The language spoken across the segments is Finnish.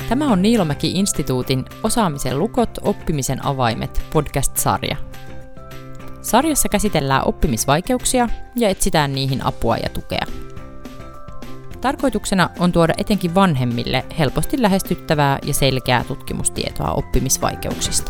Tämä on Niilomäki-instituutin Osaamisen lukot, oppimisen avaimet podcast-sarja. Sarjassa käsitellään oppimisvaikeuksia ja etsitään niihin apua ja tukea. Tarkoituksena on tuoda etenkin vanhemmille helposti lähestyttävää ja selkeää tutkimustietoa oppimisvaikeuksista.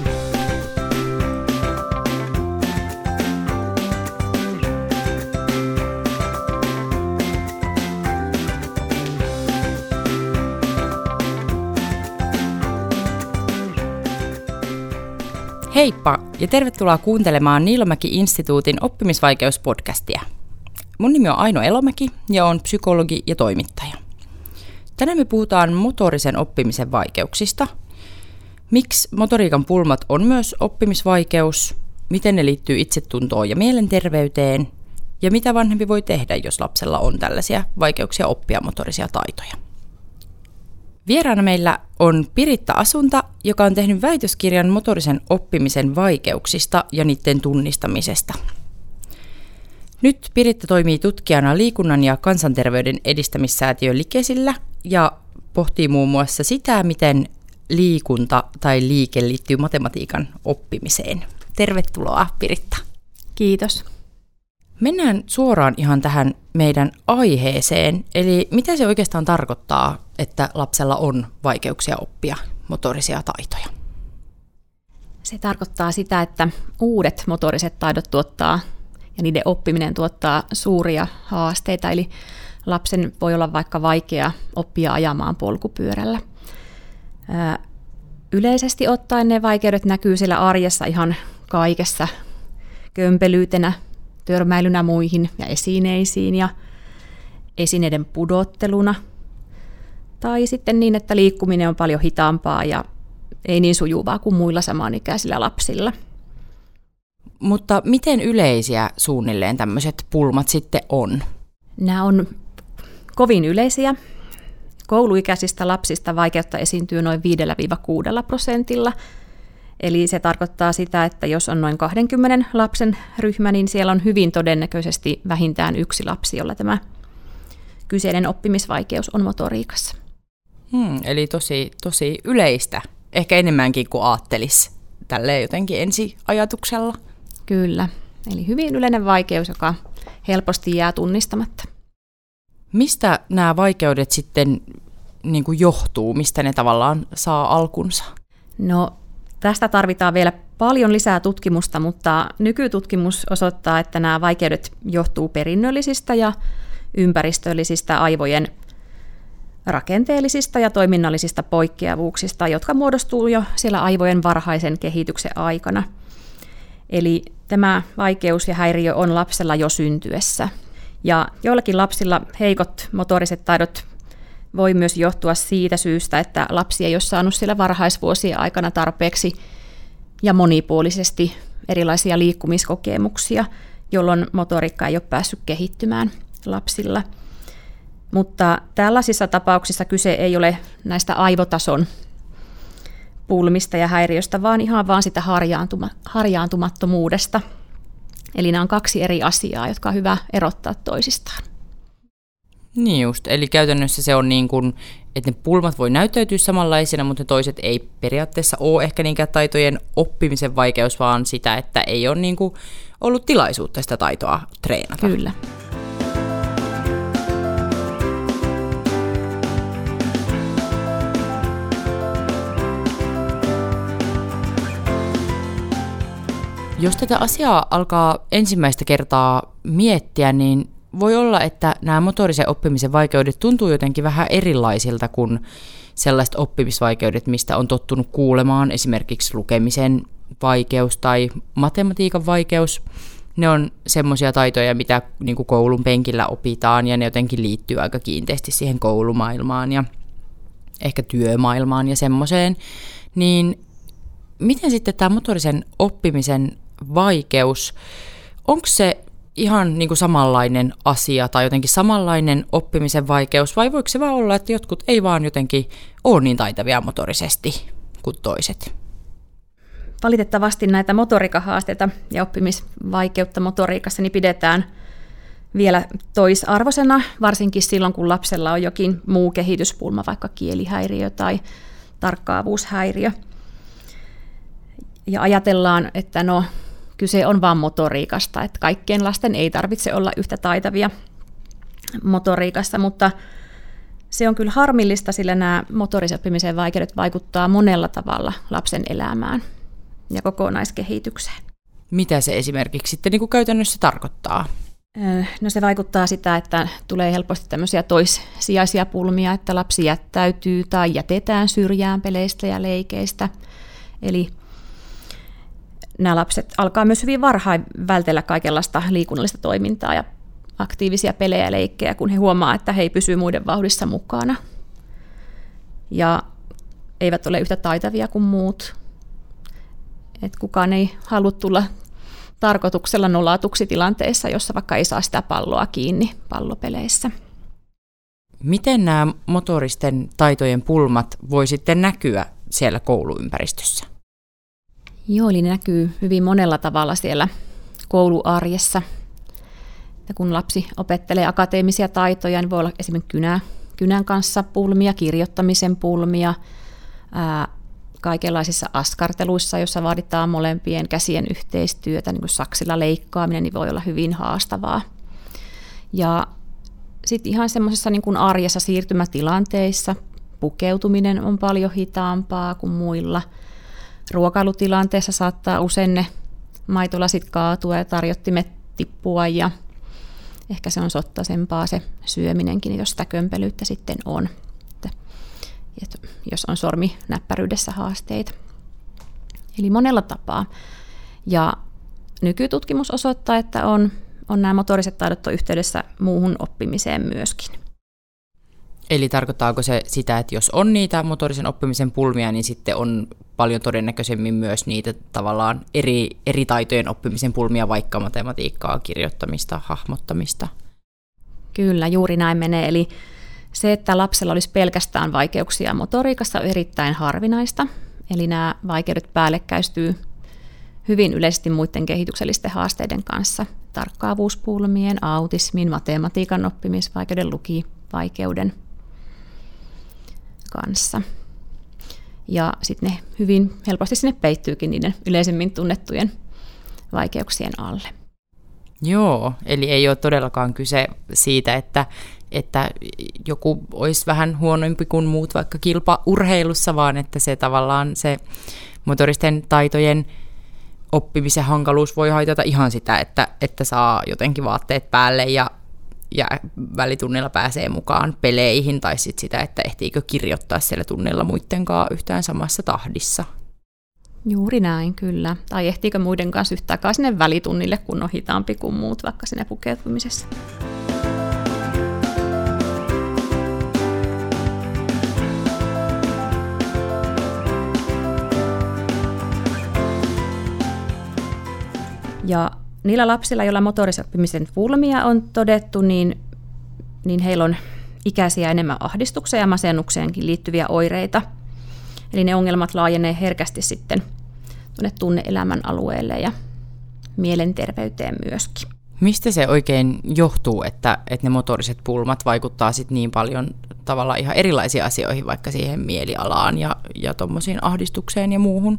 Heippa ja tervetuloa kuuntelemaan Niilomäki-instituutin oppimisvaikeuspodcastia. Mun nimi on Aino Elomäki ja olen psykologi ja toimittaja. Tänään me puhutaan motorisen oppimisen vaikeuksista. Miksi motoriikan pulmat on myös oppimisvaikeus, miten ne liittyy itsetuntoon ja mielenterveyteen ja mitä vanhempi voi tehdä, jos lapsella on tällaisia vaikeuksia oppia motorisia taitoja. Vieraana meillä on Piritta Asunta, joka on tehnyt väitöskirjan motorisen oppimisen vaikeuksista ja niiden tunnistamisesta. Nyt Piritta toimii tutkijana liikunnan ja kansanterveyden edistämissäätiö Likesillä ja pohtii muun muassa sitä, miten liikunta tai liike liittyy matematiikan oppimiseen. Tervetuloa, Piritta. Kiitos. Mennään suoraan ihan tähän meidän aiheeseen, eli mitä se oikeastaan tarkoittaa, että lapsella on vaikeuksia oppia motorisia taitoja? Se tarkoittaa sitä, että uudet motoriset taidot tuottaa ja niiden oppiminen tuottaa suuria haasteita, eli lapsen voi olla vaikka vaikea oppia ajamaan polkupyörällä. Yleisesti ottaen ne vaikeudet näkyy siellä arjessa ihan kaikessa kömpelyytenä, törmäilynä muihin ja esineisiin ja esineiden pudotteluna. Tai sitten niin, että liikkuminen on paljon hitaampaa ja ei niin sujuvaa kuin muilla samanikäisillä lapsilla. Mutta miten yleisiä suunnilleen tämmöiset pulmat sitten on? Nämä on kovin yleisiä. Kouluikäisistä lapsista vaikeutta esiintyy noin 5-6%. Eli se tarkoittaa sitä, että jos on noin 20 lapsen ryhmä, niin siellä on hyvin todennäköisesti vähintään yksi lapsi, jolla tämä kyseinen oppimisvaikeus on motoriikassa. Eli tosi yleistä, ehkä enemmänkin kuin ajattelisi tälleen jotenkin ensiajatuksella. Kyllä, eli hyvin yleinen vaikeus, joka helposti jää tunnistamatta. Mistä nämä vaikeudet sitten niin kuin johtuu, mistä ne tavallaan saa alkunsa? No, tästä tarvitaan vielä paljon lisää tutkimusta, mutta nykytutkimus osoittaa, että nämä vaikeudet johtuu perinnöllisistä ja ympäristöllisistä aivojen rakenteellisista ja toiminnallisista poikkeavuuksista, jotka muodostuu jo siellä aivojen varhaisen kehityksen aikana. Eli tämä vaikeus ja häiriö on lapsella jo syntyessä. Ja joillakin lapsilla heikot motoriset taidot voi myös johtua siitä syystä, että lapsi ei ole saanut siellä varhaisvuosien aikana tarpeeksi ja monipuolisesti erilaisia liikkumiskokemuksia, jolloin motoriikka ei ole päässyt kehittymään lapsilla. Mutta tällaisissa tapauksissa kyse ei ole näistä aivotason pulmista ja häiriöstä, vaan ihan vaan sitä harjaantumattomuudesta. Eli nämä on kaksi eri asiaa, jotka on hyvä erottaa toisistaan. Niin just, eli käytännössä se on niin kuin, että ne pulmat voi näyttäytyä samanlaisina, mutta ne toiset ei periaatteessa ole ehkä niinkään taitojen oppimisen vaikeus, vaan sitä, että ei ole niin kuin ollut tilaisuutta sitä taitoa treenata. Kyllä. Jos tätä asiaa alkaa ensimmäistä kertaa miettiä, niin voi olla, että nämä motorisen oppimisen vaikeudet tuntuu jotenkin vähän erilaisilta kuin sellaiset oppimisvaikeudet, mistä on tottunut kuulemaan, esimerkiksi lukemisen vaikeus tai matematiikan vaikeus. Ne on semmoisia taitoja, mitä niin kuin koulun penkillä opitaan, ja ne jotenkin liittyy aika kiinteästi siihen koulumaailmaan ja ehkä työmaailmaan ja semmoiseen. Niin miten sitten tämä motorisen oppimisen vaikeus, onko se ihan niin kuin samanlainen asia tai jotenkin samanlainen oppimisen vaikeus, vai voiko se vaan olla, että jotkut ei vaan jotenkin ole niin taitavia motorisesti kuin toiset? Valitettavasti näitä motoriikahaasteita ja oppimisvaikeutta motoriikassa niin pidetään vielä toisarvoisena, varsinkin silloin, kun lapsella on jokin muu kehityspulma, vaikka kielihäiriö tai tarkkaavuushäiriö. Ja ajatellaan, että kyse on vain motoriikasta, että kaikkien lasten ei tarvitse olla yhtä taitavia motoriikassa, mutta se on kyllä harmillista, sillä nämä motorisen oppimisen vaikeudet vaikuttaa monella tavalla lapsen elämään ja kokonaiskehitykseen. Mitä se esimerkiksi sitten niin kuin käytännössä tarkoittaa? No se vaikuttaa sitä, että tulee helposti tämmöisiä toissijaisia pulmia, että lapsi jättäytyy tai jätetään syrjään peleistä ja leikeistä. Eli nämä lapset alkaa myös hyvin varhain vältellä kaikenlaista liikunnallista toimintaa ja aktiivisia pelejä ja leikkejä, kun he huomaa, että he ei pysy muiden vauhdissa mukana. Ja eivät ole yhtä taitavia kuin muut. Et kukaan ei halua tulla tarkoituksella nolatuksi tilanteessa, jossa vaikka ei saa sitä palloa kiinni pallopeleissä. Miten nämä motoristen taitojen pulmat voi sitten näkyä siellä kouluympäristössä? Joo, eli ne näkyy hyvin monella tavalla siellä kouluarjessa. Ja kun lapsi opettelee akateemisia taitoja, niin voi olla esimerkiksi kynän kanssa pulmia, kirjoittamisen pulmia, kaikenlaisissa askarteluissa, joissa vaaditaan molempien käsien yhteistyötä, niin kuin saksilla leikkaaminen, niin voi olla hyvin haastavaa. Ja sitten ihan semmoisessa niin kuin arjessa siirtymätilanteissa pukeutuminen on paljon hitaampaa kuin muilla. Ruokailutilanteessa saattaa usein ne maitolasit kaatua ja tarjottimet tippua ja ehkä se on sottaisempaa se syöminenkin, jos sitä kömpelyyttä sitten on. Jos on sorminäppäryydessä haasteita. Eli monella tapaa. Ja nykytutkimus osoittaa, että on nämä motoriset taidot yhteydessä muuhun oppimiseen myöskin. Eli tarkoittaako se sitä, että jos on niitä motorisen oppimisen pulmia, niin sitten on paljon todennäköisemmin myös niitä tavallaan eri taitojen oppimisen pulmia, vaikka matematiikkaa, kirjoittamista, hahmottamista? Kyllä, juuri näin menee. Eli se, että lapsella olisi pelkästään vaikeuksia motoriikassa, on erittäin harvinaista. Eli nämä vaikeudet päällekkäistyy hyvin yleisesti muiden kehityksellisten haasteiden kanssa. Tarkkaavuuspulmien, autismin, matematiikan oppimisvaikeuden, lukivaikeuden kanssa. Ja sitten ne hyvin helposti sinne peittyykin niiden yleisemmin tunnettujen vaikeuksien alle. Joo, eli ei ole todellakaan kyse siitä, että joku olisi vähän huonompi kuin muut vaikka kilpaurheilussa, vaan että se tavallaan se motoristen taitojen oppimisen hankaluus voi haitata ihan sitä, että saa jotenkin vaatteet päälle ja välitunnilla pääsee mukaan peleihin, tai sitten sitä, että ehtiikö kirjoittaa siellä tunnilla muidenkaan yhtään samassa tahdissa. Juuri näin, kyllä. Tai ehtiikö muiden kanssa yhtään sinne välitunnille, kun on hitaampi kuin muut, vaikka sinne pukeutumisessa. Ja niillä lapsilla, joilla motorisen oppimisen pulmia on todettu, niin heillä on ikäisiä enemmän ahdistukseen ja masennukseenkin liittyviä oireita. Eli ne ongelmat laajenee herkästi sitten tuonne tunne-elämän alueelle ja mielenterveyteen myöskin. Mistä se oikein johtuu, että ne motoriset pulmat vaikuttaa sitten niin paljon tavallaan ihan erilaisiin asioihin, vaikka siihen mielialaan ja tuommoisiin ahdistukseen ja muuhun?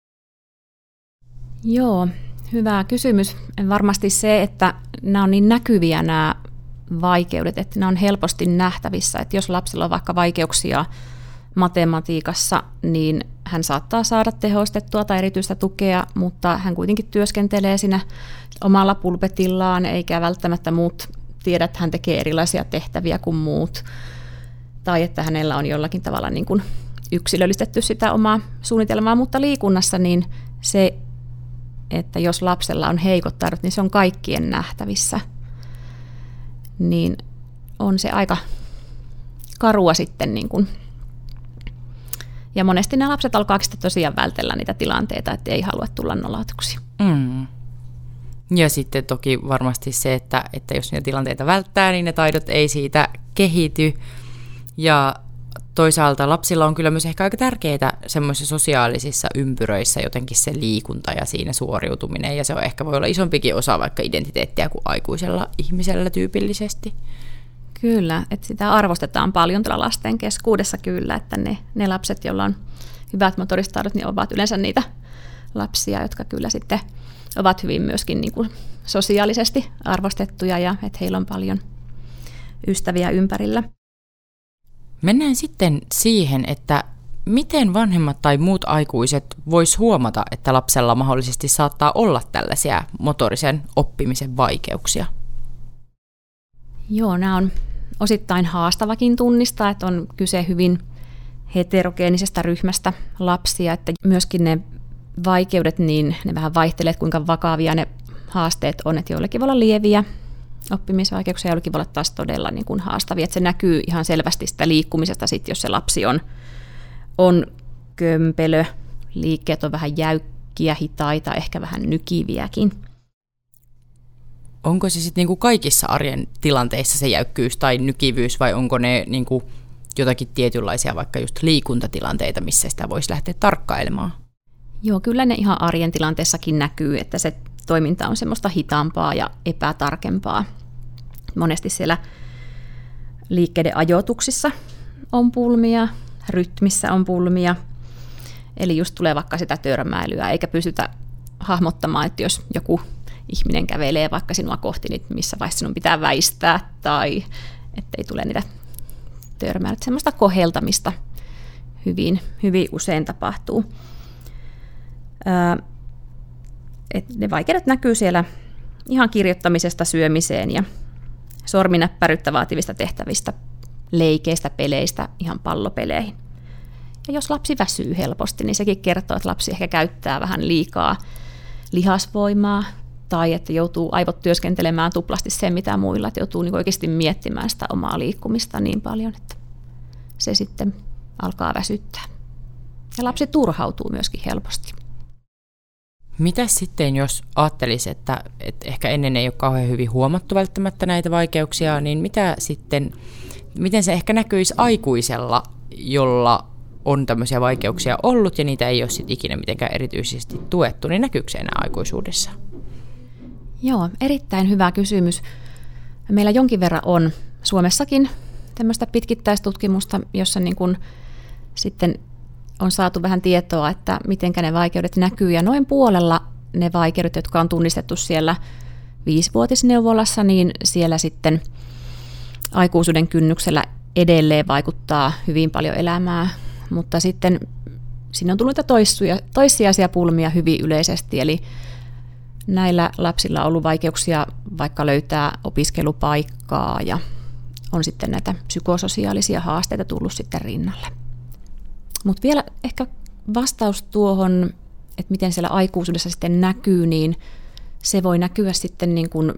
Joo, hyvä kysymys. Varmasti se, että nämä on niin näkyviä nämä vaikeudet, että nämä on helposti nähtävissä. Että jos lapsella on vaikka vaikeuksia matematiikassa, niin hän saattaa saada tehostettua tai erityistä tukea, mutta hän kuitenkin työskentelee siinä omalla pulpetillaan, eikä välttämättä muut tiedä, että hän tekee erilaisia tehtäviä kuin muut, tai että hänellä on jollakin tavalla niin kuin yksilöllistetty sitä omaa suunnitelmaa, mutta liikunnassa niin se, että jos lapsella on heikot taidot, niin se on kaikkien nähtävissä, niin on se aika karua sitten. Niin kuin. Ja monesti nämä lapset alkaakin sitten tosiaan vältellä niitä tilanteita, että ei halua tulla nolatuksi. Mm. Ja sitten toki varmasti se, että jos niitä tilanteita välttää, niin ne taidot ei siitä kehity. Ja toisaalta lapsilla on kyllä myös ehkä aika tärkeitä semmoisissa sosiaalisissa ympyröissä jotenkin se liikunta ja siinä suoriutuminen, ja se on ehkä voi olla isompikin osa vaikka identiteettiä kuin aikuisella ihmisellä tyypillisesti. Kyllä, että sitä arvostetaan paljon tuolla lasten keskuudessa kyllä, että ne lapset, joilla on hyvät motoriset taidot, niin ovat yleensä niitä lapsia, jotka kyllä sitten ovat hyvin myöskin niin kuin sosiaalisesti arvostettuja ja että heillä on paljon ystäviä ympärillä. Mennään sitten siihen, että miten vanhemmat tai muut aikuiset vois huomata, että lapsella mahdollisesti saattaa olla tällaisia motorisen oppimisen vaikeuksia. Joo, nämä on osittain haastavakin tunnistaa, että on kyse hyvin heterogeenisestä ryhmästä lapsia, että myöskin ne vaikeudet, niin ne vähän vaihtelee, että kuinka vakavia ne haasteet on, että joillekin voi olla lieviä oppimisvaikeuksia, joillekin voi olla taas todella niin kuin haastavia, että se näkyy ihan selvästi sitä liikkumisesta, sit, jos se lapsi on kömpelö, liikkeet on vähän jäykkiä, hitaita, ehkä vähän nykiviäkin. Onko se sitten niinku kaikissa arjen tilanteissa se jäykkyys tai nykivyys, vai onko ne niinku jotakin tietynlaisia vaikka just liikuntatilanteita, missä sitä voisi lähteä tarkkailemaan? Joo, kyllä ne ihan arjen tilanteessakin näkyy, että se toiminta on semmoista hitaampaa ja epätarkempaa. Monesti siellä liikkeiden ajoituksissa on pulmia, rytmissä on pulmia, eli just tulee vaikka sitä törmäilyä, eikä pystytä hahmottamaan, että jos joku ihminen kävelee vaikka sinua kohti, niin missä vaiheessa sinun pitää väistää, tai ettei tule niitä törmäilyä. Semmoista koheltamista hyvin, hyvin usein tapahtuu. Ne vaikeudet näkyy siellä ihan kirjoittamisesta syömiseen ja sorminäppäryyttä vaativista tehtävistä, leikeistä, peleistä, ihan pallopeleihin. Ja jos lapsi väsyy helposti, niin sekin kertoo, että lapsi ehkä käyttää vähän liikaa lihasvoimaa tai että joutuu aivot työskentelemään tuplasti sen, mitä muilla, että joutuu niin oikeasti miettimään sitä omaa liikkumista niin paljon, että se sitten alkaa väsyttää. Ja lapsi turhautuu myöskin helposti. Mitäs sitten, jos ajattelisi, että ehkä ennen ei ole kauhean hyvin huomattu välttämättä näitä vaikeuksia, niin miten se ehkä näkyisi aikuisella, jolla on tämmöisiä vaikeuksia ollut ja niitä ei ole sitten ikinä mitenkään erityisesti tuettu, niin näkyykö se enää aikuisuudessa? Joo, erittäin hyvä kysymys. Meillä jonkin verran on Suomessakin tämmöistä pitkittäistutkimusta, jossa niin kun sitten on saatu vähän tietoa, että mitenkä ne vaikeudet näkyy, ja noin puolella ne vaikeudet, jotka on tunnistettu siellä 5-vuotisneuvolassa, niin siellä sitten aikuisuuden kynnyksellä edelleen vaikuttaa hyvin paljon elämää, mutta sitten siinä on tullut toissijaisia pulmia hyvin yleisesti, eli näillä lapsilla on ollut vaikeuksia vaikka löytää opiskelupaikkaa, ja on sitten näitä psykososiaalisia haasteita tullut sitten rinnalle. Mutta vielä ehkä vastaus tuohon, että miten siellä aikuisuudessa sitten näkyy, niin se voi näkyä sitten niin kuin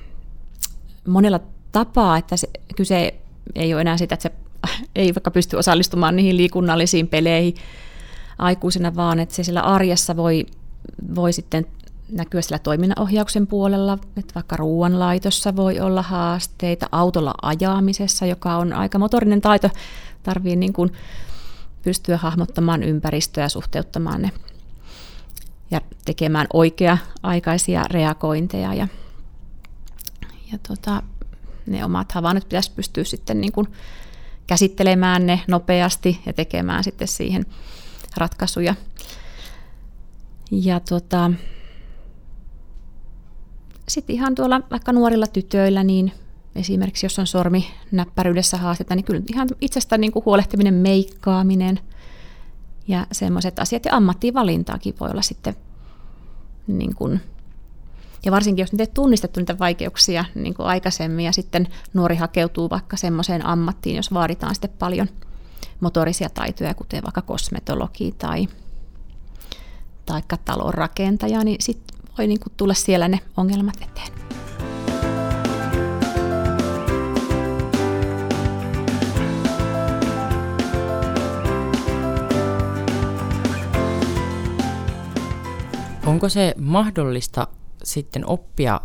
monella tapaa, että kyse ei ole enää sitä, että se ei vaikka pysty osallistumaan niihin liikunnallisiin peleihin aikuisena, vaan että se siellä arjessa voi sitten näkyä siellä toiminnanohjauksen puolella, että vaikka ruoanlaitossa voi olla haasteita, autolla ajamisessa, joka on aika motorinen taito, tarvii niin kuin pystyä hahmottamaan ympäristöä ja suhteuttamaan ne ja tekemään oikea-aikaisia reagointeja. Ja ne omat havainnot pitäisi pystyä sitten niin kuin käsittelemään ne nopeasti ja tekemään sitten siihen ratkaisuja. Ja sitten ihan tuolla vaikka nuorilla tytöillä, niin esimerkiksi jos on sorminäppäryydessä haasteita, niin kyllä ihan itsestä niin kuin huolehtiminen, meikkaaminen ja semmoiset asiat. Ja ammattivalintaakin voi olla sitten, niin kuin, ja varsinkin jos nyt ei tunnistettu niitä vaikeuksia niin kuin aikaisemmin, ja sitten nuori hakeutuu vaikka semmoiseen ammattiin, jos vaaditaan sitten paljon motorisia taitoja, kuten vaikka kosmetologi tai talonrakentaja, niin sitten voi niin kuin tulla siellä ne ongelmat eteen. Onko se mahdollista sitten oppia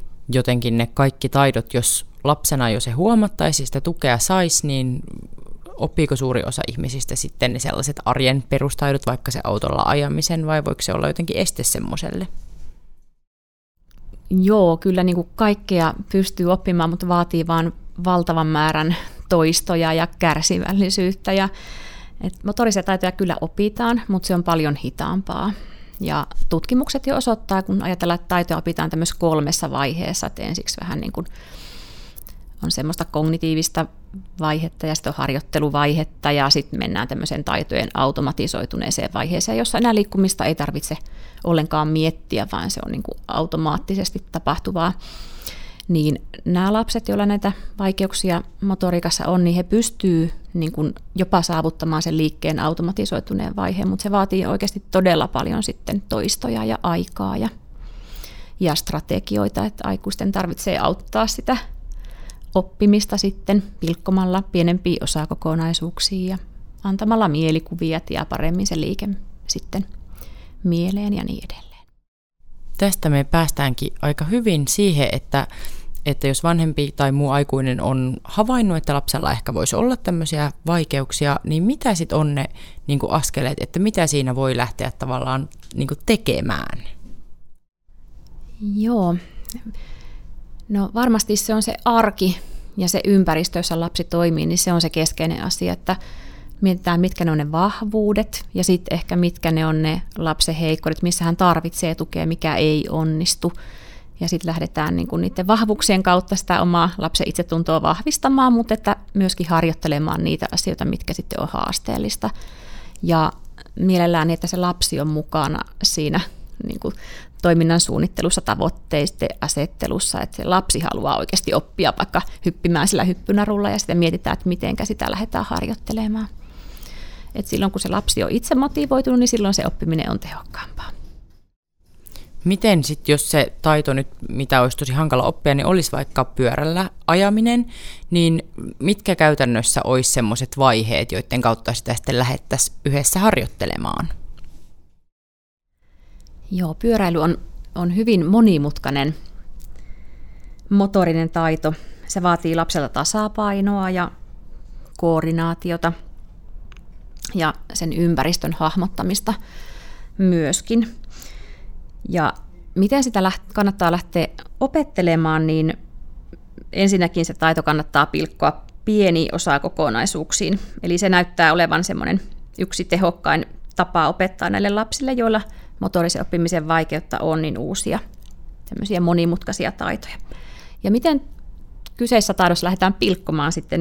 jotenkin ne kaikki taidot, jos lapsena jo se huomattaisi, sitä tukea saisi, niin oppiiko suuri osa ihmisistä sitten ne sellaiset arjen perustaidot, vaikka se autolla ajamisen, vai voiko se olla jotenkin este semmoiselle? Joo, kyllä niin kuin kaikkea pystyy oppimaan, mutta vaatii vaan valtavan määrän toistoja ja kärsivällisyyttä. Motorisia taitoja kyllä opitaan, mutta se on paljon hitaampaa. Ja tutkimukset jo osoittaa, kun ajatellaan, että taitoja opitaan tämmöisessä 3 vaiheessa, että ensiksi vähän niin kuin on semmoista kognitiivista vaihetta ja sitten on harjoitteluvaihetta ja sitten mennään tämmöiseen taitojen automatisoituneeseen vaiheeseen, jossa enää liikkumista ei tarvitse ollenkaan miettiä, vaan se on niin kuin automaattisesti tapahtuvaa. Niin nämä lapset, joilla näitä vaikeuksia motoriikassa on, niin he pystyvät niin kuin jopa saavuttamaan sen liikkeen automatisoituneen vaiheen, mutta se vaatii oikeasti todella paljon sitten toistoja ja aikaa ja strategioita, että aikuisten tarvitsee auttaa sitä oppimista sitten pilkkomalla pienempiä osakokonaisuuksia ja antamalla mielikuvia ja paremmin se liike sitten mieleen ja niin edelleen. Tästä me päästäänkin aika hyvin siihen, että jos vanhempi tai muu aikuinen on havainnut, että lapsella ehkä voisi olla tämmöisiä vaikeuksia, niin mitä sitten on ne niin kuin askeleet, että mitä siinä voi lähteä tavallaan niin kuin tekemään? Joo, no varmasti se on se arki ja se ympäristö, jossa lapsi toimii, niin se on se keskeinen asia, että mietitään, mitkä ne on ne vahvuudet ja sitten ehkä mitkä ne on ne lapsen heikkoudet, missä hän tarvitsee tukea, mikä ei onnistu. Ja sitten lähdetään niin kuin niiden vahvuuksien kautta sitä omaa lapsen itsetuntoa vahvistamaan, mutta että myöskin harjoittelemaan niitä asioita, mitkä sitten on haasteellista. Ja mielellään, että se lapsi on mukana siinä niin kuin toiminnan suunnittelussa, tavoitteiden asettelussa, että se lapsi haluaa oikeasti oppia vaikka hyppimään sillä hyppynarulla ja sitten mietitään, että mitenkä sitä lähdetään harjoittelemaan. Et silloin kun se lapsi on itse motivoitunut, niin silloin se oppiminen on tehokkaampaa. Miten sitten, jos se taito nyt, mitä olisi tosi hankala oppia, niin olisi vaikka pyörällä ajaminen, niin mitkä käytännössä olisi semmoiset vaiheet, joiden kautta sitä sitten lähdettäisiin yhdessä harjoittelemaan? Joo, pyöräily on hyvin monimutkainen motorinen taito. Se vaatii lapselta tasapainoa ja koordinaatiota ja sen ympäristön hahmottamista myöskin. Ja miten sitä kannattaa lähteä opettelemaan, niin ensinnäkin se taito kannattaa pilkkoa pieniin osakokonaisuuksiin. Eli se näyttää olevan semmoinen yksi tehokkain tapa opettaa näille lapsille, joilla motorisen oppimisen vaikeutta on, niin uusia tämmöisiä monimutkaisia taitoja. Ja miten kyseisessä taidossa lähdetään pilkkomaan sitten,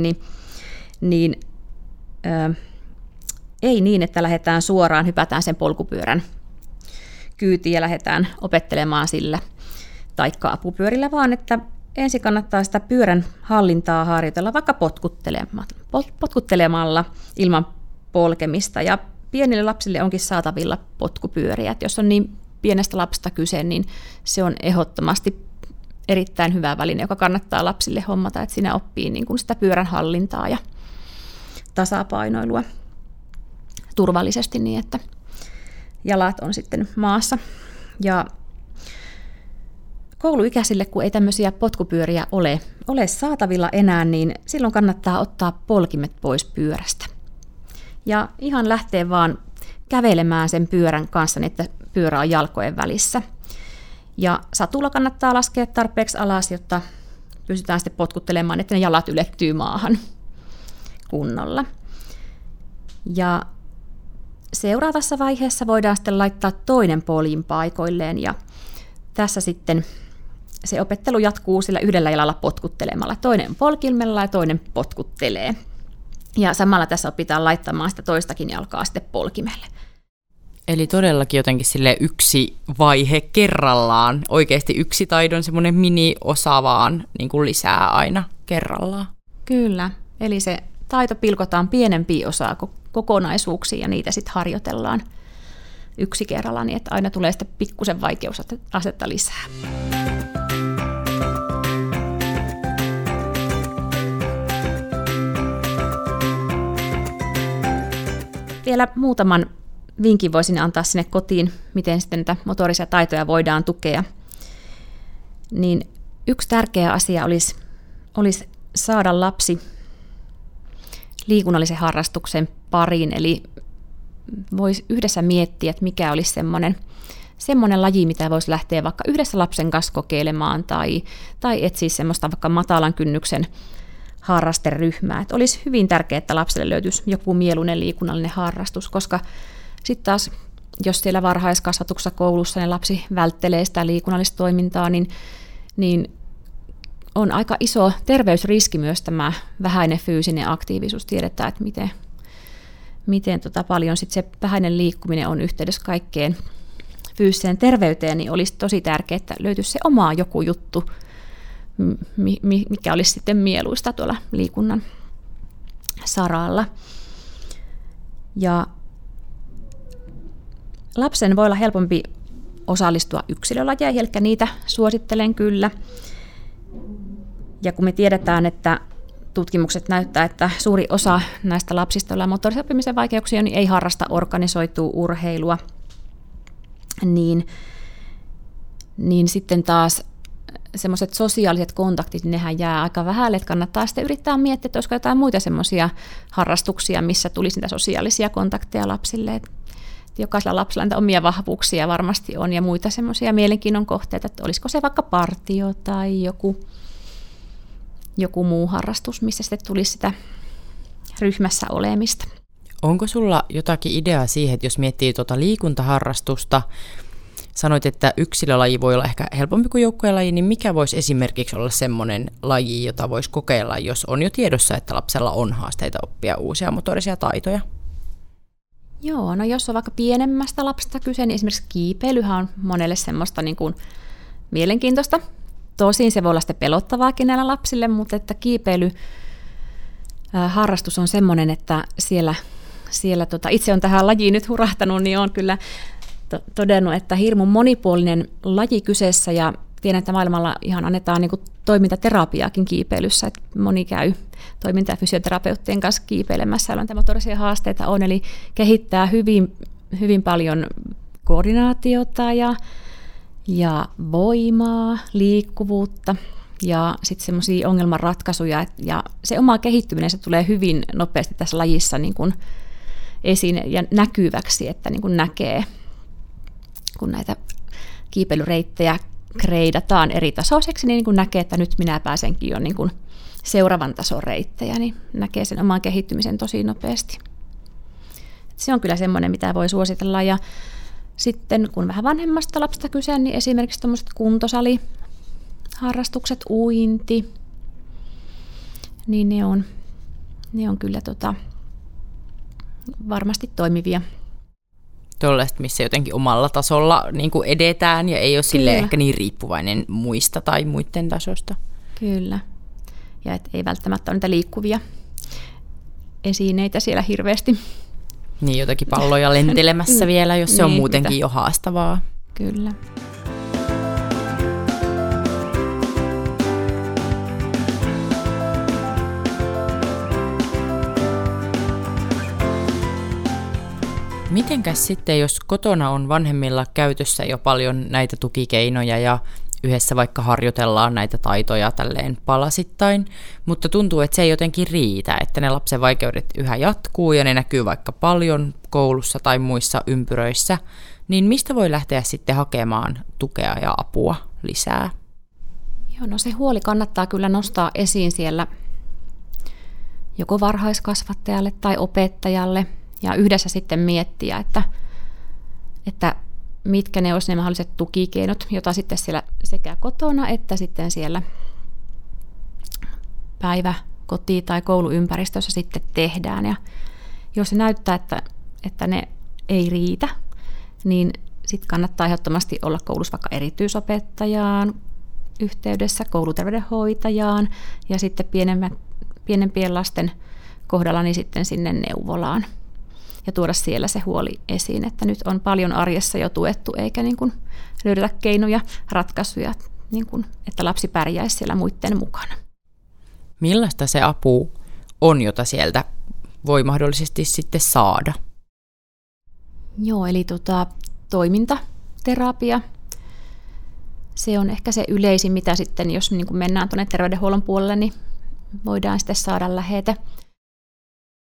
ei niin, että lähdetään suoraan, hypätään sen polkupyörän kyytiin ja lähdetään opettelemaan sillä taikka apupyörillä, vaan että ensin kannattaa sitä pyörän hallintaa harjoitella vaikka potkuttelemalla ilman polkemista. Ja pienille lapsille onkin saatavilla potkupyöriä. Et jos on niin pienestä lapsesta kyse, niin se on ehdottomasti erittäin hyvä väline, joka kannattaa lapsille hommata, että siinä oppii niin kuin sitä pyörän hallintaa ja tasapainoilua turvallisesti niin, että jalat on sitten maassa. Ja kouluikäisille, kun ei tämmöisiä potkupyöriä ole saatavilla enää, niin silloin kannattaa ottaa polkimet pois pyörästä. Ja ihan lähtee vaan kävelemään sen pyörän kanssa, niin että pyörä on jalkojen välissä. Ja satulla kannattaa laskea tarpeeksi alas, jotta pystytään sitten potkuttelemaan, että ne jalat ylettyy maahan kunnolla. Ja seuraavassa vaiheessa voidaan sitten laittaa toinen poljin paikoilleen ja tässä sitten se opettelu jatkuu sillä yhdellä jalalla potkuttelemalla. Toinen polkimella ja toinen potkuttelee. Ja samalla tässä opitaan laittamaan sitä toistakin jalkaa sitten polkimelle. Eli todellakin jotenkin sille yksi vaihe kerrallaan, oikeasti yksi taidon semmoinen mini-osa vaan niin kuin lisää aina kerrallaan. Kyllä, eli se taito pilkotaan pienempiin osaa kokonaisuuksia ja niitä sitten harjoitellaan yksi kerrallaan, niin että aina tulee sitten pikkusen vaikeusastetta lisää. Vielä muutaman vinkin voisin antaa sinne kotiin, miten sitten näitä motorisia taitoja voidaan tukea. Niin yksi tärkeä asia olisi saada lapsi liikunnallisen harrastuksen pariin, eli voisi yhdessä miettiä, että mikä olisi semmoinen laji, mitä voisi lähteä vaikka yhdessä lapsen kanssa kokeilemaan tai etsiä semmoista vaikka matalan kynnyksen harrasteryhmää. Että olisi hyvin tärkeää, että lapselle löytyisi joku mieluinen liikunnallinen harrastus, koska sitten taas, jos siellä varhaiskasvatuksessa koulussa ne lapsi välttelee sitä liikunnallista toimintaa, niin on aika iso terveysriski myös tämä vähäinen fyysinen aktiivisuus. Tiedetään, että miten paljon sit se vähäinen liikkuminen on yhteydessä kaikkeen fyysiseen terveyteen, niin olisi tosi tärkeää, että löytyisi se oma joku juttu, mikä olisi sitten mieluista tuolla liikunnan saralla. Ja lapsen voi olla helpompi osallistua yksilölajeihin, eli niitä suosittelen kyllä. Ja kun me tiedetään, että tutkimukset näyttää, että suuri osa näistä lapsista, joilla on motorisen oppimisen vaikeuksia, niin ei harrasta organisoitua urheilua, niin sitten taas semmoiset sosiaaliset kontaktit, nehän jää aika vähälle, että kannattaa sitten yrittää miettiä, että olisiko jotain muita semmoisia harrastuksia, missä tulisi niitä sosiaalisia kontakteja lapsille. Että jokaisella lapsella niitä omia vahvuuksia varmasti on ja muita semmoisia mielenkiinnon kohteita, että olisiko se vaikka partio tai joku muu harrastus, missä sitten tulisi sitä ryhmässä olemista. Onko sulla jotakin ideaa siihen, että jos miettii liikuntaharrastusta, sanoit, että yksilölaji voi olla ehkä helpompi kuin joukkuelaji, niin mikä voisi esimerkiksi olla semmoinen laji, jota voisi kokeilla, jos on jo tiedossa, että lapsella on haasteita oppia uusia motorisia taitoja? Joo, no jos on vaikka pienemmästä lapsesta kyse, niin esimerkiksi kiipeilyhän on monelle semmoista niin kuin mielenkiintoista. Tosin se voi olla sitten pelottavaakin näillä lapsille, mutta että kiipeilyharrastus on semmoinen, että siellä itse on tähän lajiin nyt hurahtanut, niin on kyllä todennut, että hirmu monipuolinen laji kyseessä ja tiedän, että maailmalla ihan annetaan niin kuin toimintaterapiaakin kiipeilyssä, että moni käy toiminta- ja fysioterapeuttien kanssa kiipeilemässä, jolloin tämä motorisia haasteita on, eli kehittää hyvin, hyvin paljon koordinaatiota ja voimaa, liikkuvuutta ja sitten semmoisia ongelmanratkaisuja, ja se oma kehittyminen se tulee hyvin nopeasti tässä lajissa niin kuin esiin ja näkyväksi, että niin kuin näkee, kun näitä kiipeilyreittejä kreidataan eri tasoiseksi, niin kuin näkee, että nyt minä pääsenkin jo niin kuin seuraavan tason reittejä, niin näkee sen oman kehittymisen tosi nopeasti. Se on kyllä semmoinen, mitä voi suositella. Ja sitten kun vähän vanhemmasta lapsesta kyse, niin esimerkiksi tuommoiset kuntosaliharrastukset, uinti, niin ne on kyllä varmasti toimivia. Tuollaista, missä jotenkin omalla tasolla niin kuin edetään ja ei ole silleen ehkä niin riippuvainen muista tai muiden tasosta. Kyllä. Ja ei välttämättä ole niitä liikkuvia esineitä siellä hirveästi. Niin, jotakin palloja lentelemässä vielä, jos se on muutenkin jo haastavaa. Kyllä. Mitenkäs sitten, jos kotona on vanhemmilla käytössä jo paljon näitä tukikeinoja ja yhdessä vaikka harjoitellaan näitä taitoja tälleen palasittain, mutta tuntuu, että se ei jotenkin riitä, että ne lapsen vaikeudet yhä jatkuu ja ne näkyy vaikka paljon koulussa tai muissa ympyröissä, niin mistä voi lähteä sitten hakemaan tukea ja apua lisää? Joo, no se huoli kannattaa kyllä nostaa esiin siellä joko varhaiskasvattajalle tai opettajalle ja yhdessä sitten miettiä, että mitkä ne olisi ne mahdolliset tukikeinot, joita sitten siellä sekä kotona että sitten siellä koti- tai kouluympäristössä sitten tehdään. Ja jos se näyttää, että ne ei riitä, niin sitten kannattaa ehdottomasti olla koulussa vaikka erityisopettajaan yhteydessä, kouluterveydenhoitajaan ja sitten pienempien lasten kohdalla niin sitten sinne neuvolaan. Ja tuoda siellä se huoli esiin, että nyt on paljon arjessa jo tuettu, eikä niin kuin löydetä keinoja, ratkaisuja, niin kuin, että lapsi pärjäisi siellä muiden mukana. Millaista se apu on, jota sieltä voi mahdollisesti sitten saada? Joo, eli toimintaterapia. Se on ehkä se yleisin, mitä sitten, jos niin kuin mennään tuonne terveydenhuollon puolelle, niin voidaan sitten saada lähete.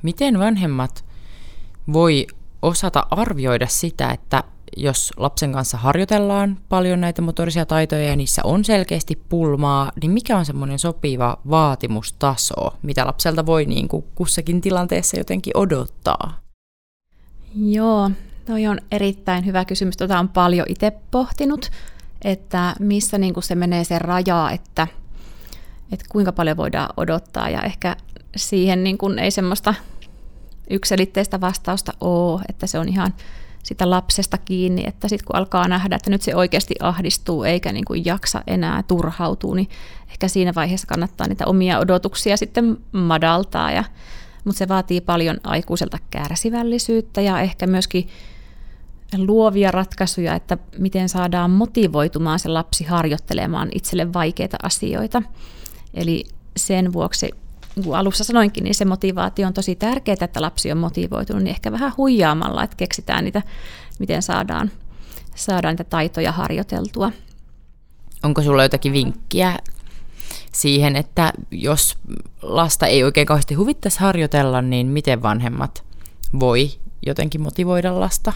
Miten vanhemmat voi osata arvioida sitä, että jos lapsen kanssa harjoitellaan paljon näitä motorisia taitoja ja niissä on selkeästi pulmaa, niin mikä on semmoinen sopiva vaatimustaso, mitä lapselta voi niin kuin kussakin tilanteessa jotenkin odottaa? Joo, toi on erittäin hyvä kysymys. Tota on paljon itse pohtinut, että missä niin kuin se menee se raja, että kuinka paljon voidaan odottaa, ja ehkä siihen niin kuin ei semmoista yksiselitteistä vastausta ole, että se on ihan sitä lapsesta kiinni, että sitten kun alkaa nähdä, että nyt se oikeasti ahdistuu eikä niin kuin jaksa enää turhautua, niin ehkä siinä vaiheessa kannattaa niitä omia odotuksia sitten madaltaa. Mutta se vaatii paljon aikuiselta kärsivällisyyttä ja ehkä myöskin luovia ratkaisuja, että miten saadaan motivoitumaan se lapsi harjoittelemaan itselle vaikeita asioita. Eli sen vuoksi, kun alussa sanoinkin, niin se motivaatio on tosi tärkeää, että lapsi on motivoitunut, niin ehkä vähän huijaamalla, että keksitään niitä, miten saadaan niitä taitoja harjoiteltua. Onko sulla jotakin vinkkiä siihen, että jos lasta ei oikein kauheasti huvittaisi harjoitella, niin miten vanhemmat voi jotenkin motivoida lasta?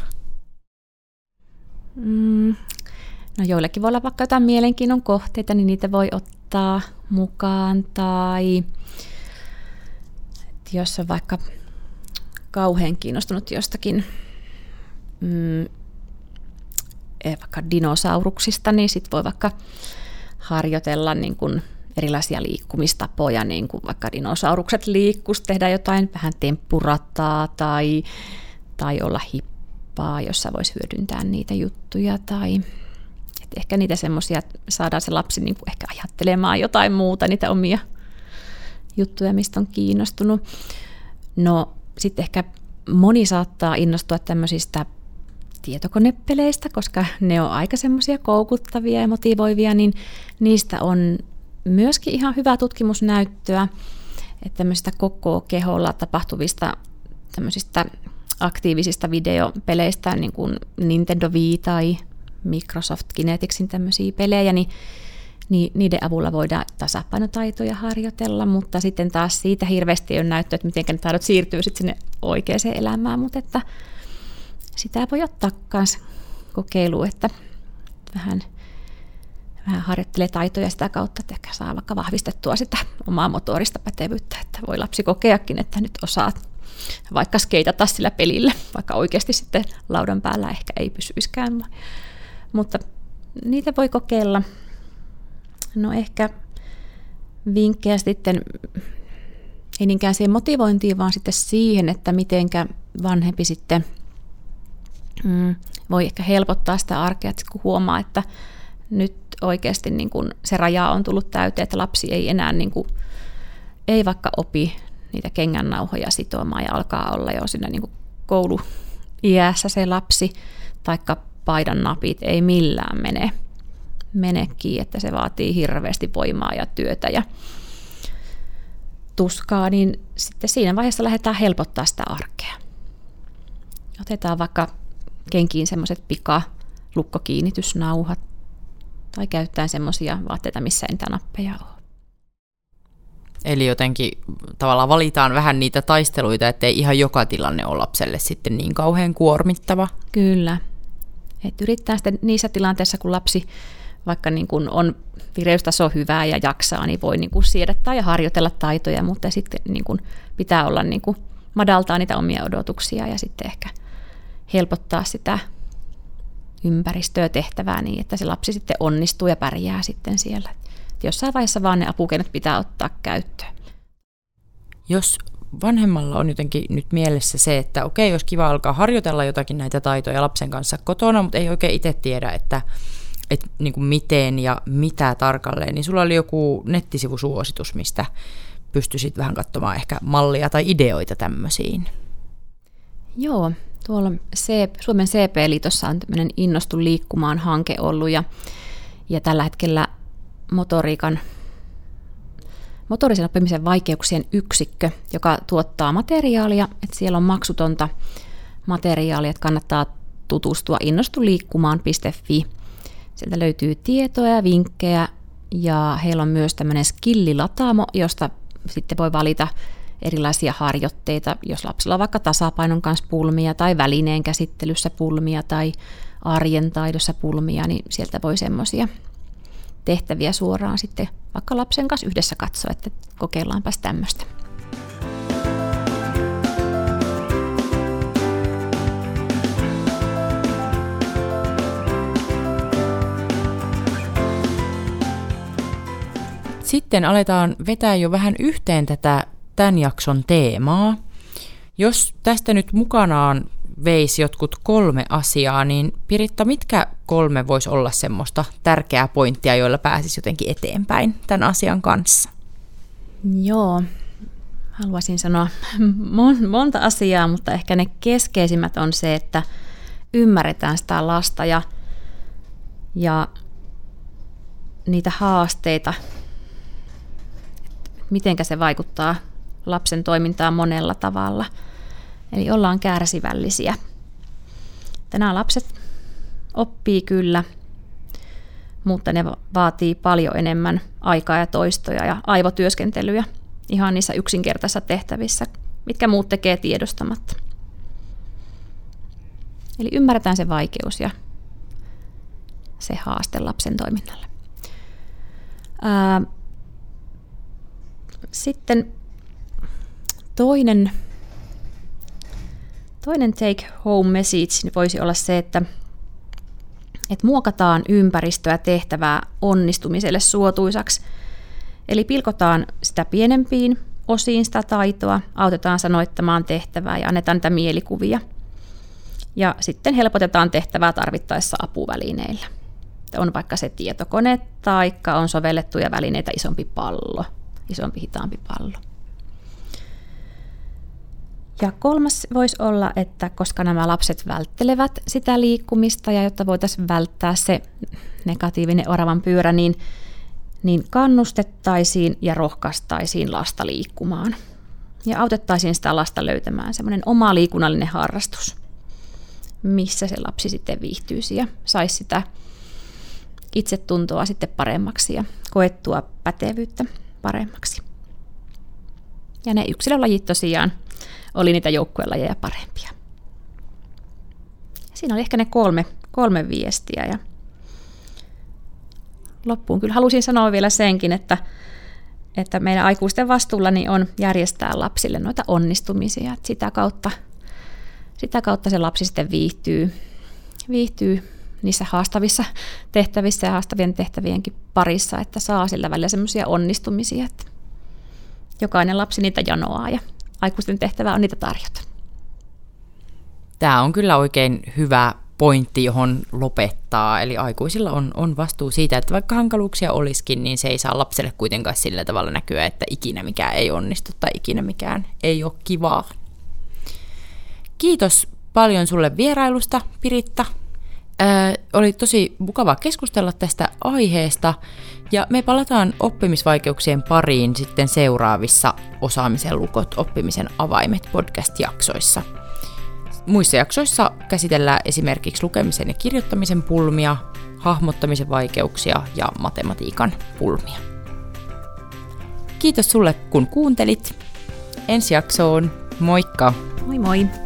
No joillekin voi olla vaikka jotain mielenkiinnon kohteita, niin niitä voi ottaa mukaan, tai jos on vaikka kauhean kiinnostunut jostakin vaikka dinosauruksista, niin sit voi vaikka harjoitella niin kuin erilaisia liikkumistapoja, niin kuin vaikka dinosaurukset liikkuisi, tehdä jotain vähän temppurataa tai olla hippaa, jossa voisi hyödyntää niitä juttuja, tai ehkä niitä semmoisia, saadaan se lapsi niin kuin ehkä ajattelemaan jotain muuta, niitä omia juttuja, mistä on kiinnostunut. No sitten ehkä moni saattaa innostua tämmöisistä tietokonepeleistä, koska ne on aika semmoisia koukuttavia ja motivoivia, niin niistä on myöskin ihan hyvää tutkimusnäyttöä, että tämmöisistä koko keholla tapahtuvista tämmöisistä aktiivisista videopeleistä, niin kuin Nintendo Wii tai Microsoft Kineticsin tämmöisiä pelejä, niin niiden avulla voidaan tasapainotaitoja harjoitella, mutta sitten taas siitä hirveästi ei ole näyttöä, että miten ne taidot siirtyy sitten sinne oikeaan elämään, mutta että sitä voi ottaa myös kokeiluun, että vähän harjoittelee taitoja sitä kautta, että ehkä saa vaikka vahvistettua sitä omaa motorista pätevyyttä, että voi lapsi kokeakin, että nyt osaat vaikka skeitata sillä pelillä, vaikka oikeasti sitten laudan päällä ehkä ei pysyiskään, mutta niitä voi kokeilla. No ehkä vinkkejä sitten, ei niinkään siihen motivointiin, vaan sitten siihen, että mitenkä vanhempi sitten voi ehkä helpottaa sitä arkea, että kun huomaa, että nyt oikeasti niin kun se raja on tullut täyteen, että lapsi ei enää niin kun, ei vaikka opi niitä kengännauhoja sitomaan ja alkaa olla jo siinä niin kun kouluiässä se lapsi, taikka paidan napit ei millään menekin, että se vaatii hirveästi voimaa ja työtä ja tuskaa, niin sitten siinä vaiheessa lähdetään helpottaa sitä arkea. Otetaan vaikka kenkiin semmoiset lukkokkiinnitysnauhat tai käyttäen semmoisia vaatteita, missä ei niitä nappeja ole. Eli jotenkin tavallaan valitaan vähän niitä taisteluita, ettei ihan joka tilanne ole lapselle sitten niin kauhean kuormittava. Kyllä. Et yrittää sitten niissä tilanteissa, kun lapsi vaikka niin kun on vireystaso hyvää ja jaksaa, niin voi niin kun siedättää ja harjoitella taitoja, mutta sitten niin kun pitää olla niin kun madaltaa niitä omia odotuksia ja sitten ehkä helpottaa sitä ympäristöä tehtävää niin, että se lapsi sitten onnistuu ja pärjää sitten siellä. Et jossain vaiheessa vaan ne apukeinot pitää ottaa käyttöön. Jos vanhemmalla on jotenkin nyt mielessä se, että okei, olisi kiva alkaa harjoitella jotakin näitä taitoja lapsen kanssa kotona, mutta ei oikein itse tiedä, että niin kuin miten ja mitä tarkalleen, niin sulla oli joku nettisivusuositus, mistä pystyisit vähän katsomaan ehkä mallia tai ideoita tämmöisiin. Joo, tuolla Suomen CP-liitossa on tämmöinen Innostu liikkumaan -hanke ollut ja tällä hetkellä motorisen oppimisen vaikeuksien yksikkö, joka tuottaa materiaalia, että siellä on maksutonta materiaalia, että kannattaa tutustua innostuliikkumaan.fi. Sieltä löytyy tietoja ja vinkkejä ja heillä on myös tämmöinen skillilataamo, josta sitten voi valita erilaisia harjoitteita, jos lapsella on vaikka tasapainon kanssa pulmia tai välineen käsittelyssä pulmia tai arjen taidossa pulmia, niin sieltä voi semmoisia tehtäviä suoraan sitten vaikka lapsen kanssa yhdessä katsoa, että kokeillaanpas tämmöistä. Sitten aletaan vetää jo vähän yhteen tätä tämän jakson teemaa. Jos tästä nyt mukanaan veisi jotkut 3 asiaa, niin Piritta, mitkä 3 voisi olla semmoista tärkeää pointtia, joilla pääsisi jotenkin eteenpäin tämän asian kanssa? Joo, haluaisin sanoa monta asiaa, mutta ehkä ne keskeisimmät on se, että ymmärretään sitä lasta ja niitä haasteita, mitenkä se vaikuttaa lapsen toimintaan monella tavalla. Eli ollaan kärsivällisiä. Nämä lapset oppii kyllä, mutta ne vaatii paljon enemmän aikaa ja toistoja ja aivotyöskentelyä ihan niissä yksinkertaisissa tehtävissä, mitkä muut tekee tiedostamatta. Eli ymmärretään se vaikeus ja se haaste lapsen toiminnalle. Sitten toinen take home message voisi olla se, että muokataan ympäristöä tehtävää onnistumiselle suotuisaksi. Eli pilkotaan sitä pienempiin osiin sitä taitoa, autetaan sanoittamaan tehtävää ja annetaan niitä mielikuvia. Ja sitten helpotetaan tehtävää tarvittaessa apuvälineillä. On vaikka se tietokone tai on sovellettuja välineitä isompi hitaampi pallo. Ja 3. voisi olla, että koska nämä lapset välttelevät sitä liikkumista ja jotta voitaisiin välttää se negatiivinen oravan pyörä, niin kannustettaisiin ja rohkaistaisiin lasta liikkumaan. Ja autettaisiin sitä lasta löytämään semmoinen oma liikunnallinen harrastus, missä se lapsi sitten viihtyisi ja saisi sitä itsetuntoa sitten paremmaksi ja koettua pätevyyttä paremmaksi. Ja ne yksilölajit tosiaan oli niitä joukkuelajeja parempia. Siinä oli ehkä ne 3 viestiä. Ja loppuun kyllä halusin sanoa vielä senkin, että meidän aikuisten vastuulla niin on järjestää lapsille noita onnistumisia. Että sitä kautta se lapsi sitten viihtyy niissä haastavissa tehtävissä ja haastavien tehtävienkin parissa, että saa sillä välillä semmoisia onnistumisia, että jokainen lapsi niitä janoaa ja aikuisten tehtävä on niitä tarjota. Tämä on kyllä oikein hyvä pointti, johon lopettaa. Eli aikuisilla on vastuu siitä, että vaikka hankaluuksia olisikin, niin se ei saa lapselle kuitenkaan sillä tavalla näkyä, että ikinä mikään ei onnistu tai ikinä mikään ei ole kivaa. Kiitos paljon sulle vierailusta, Piritta. Oli tosi mukava keskustella tästä aiheesta ja me palataan oppimisvaikeuksien pariin sitten seuraavissa Osaamisen lukot, oppimisen avaimet podcast-jaksoissa. Muissa jaksoissa käsitellään esimerkiksi lukemisen ja kirjoittamisen pulmia, hahmottamisen vaikeuksia ja matematiikan pulmia. Kiitos sulle kun kuuntelit. Ensi jaksoon. Moikka! Moi moi!